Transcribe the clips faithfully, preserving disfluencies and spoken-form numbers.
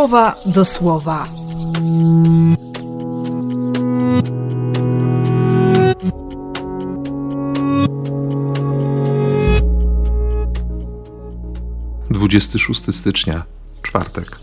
słowa do słowa. dwudziestego szóstego stycznia, czwartek.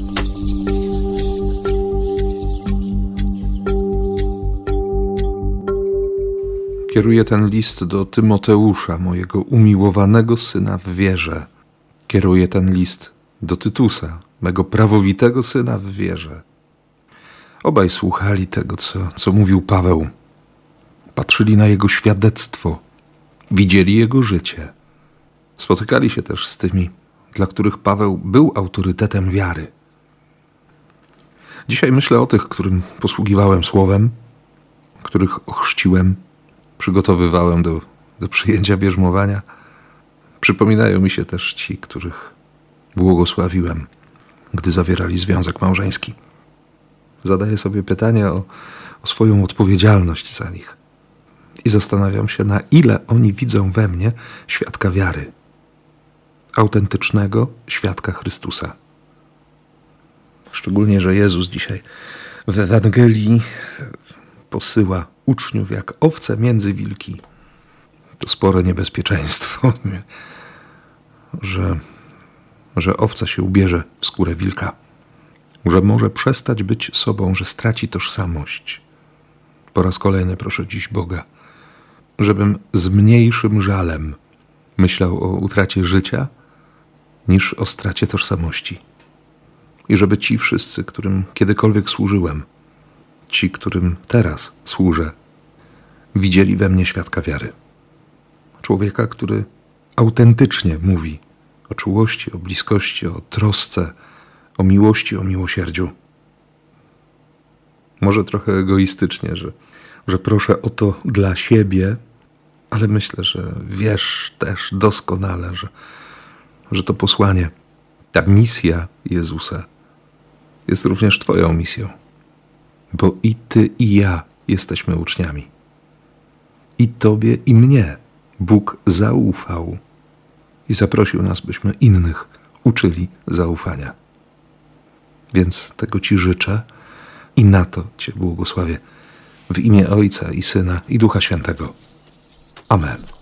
Kieruję ten list do Tymoteusza, mojego umiłowanego syna w wierze. Kieruję ten list do Tytusa, mego prawowitego syna w wierze. Obaj słuchali tego, co, co mówił Paweł. Patrzyli na jego świadectwo, widzieli jego życie. Spotykali się też z tymi, dla których Paweł był autorytetem wiary. Dzisiaj myślę o tych, którym posługiwałem słowem, których ochrzciłem, przygotowywałem do, do przyjęcia bierzmowania. Przypominają mi się też ci, których błogosławiłem, gdy zawierali związek małżeński. Zadaję sobie pytanie o, o swoją odpowiedzialność za nich i zastanawiam się, na ile oni widzą we mnie świadka wiary, autentycznego świadka Chrystusa. Szczególnie, że Jezus dzisiaj w Ewangelii posyła uczniów jak owce między wilki. To spore niebezpieczeństwo, że, że owca się ubierze w skórę wilka, że może przestać być sobą, że straci tożsamość. Po raz kolejny proszę dziś Boga, żebym z mniejszym żalem myślał o utracie życia niż o stracie tożsamości. I żeby ci wszyscy, którym kiedykolwiek służyłem, ci, którym teraz służę, widzieli we mnie świadka wiary. Człowieka, który autentycznie mówi o czułości, o bliskości, o trosce, o miłości, o miłosierdziu. Może trochę egoistycznie, że, że proszę o to dla siebie, ale myślę, że wiesz też doskonale, że, że to posłanie, ta misja Jezusa jest również twoją misją. Bo i ty, i ja jesteśmy uczniami. I tobie, i mnie Bóg zaufał i zaprosił nas, byśmy innych uczyli zaufania. Więc tego ci życzę i na to cię błogosławię. W imię Ojca i Syna, i Ducha Świętego. Amen.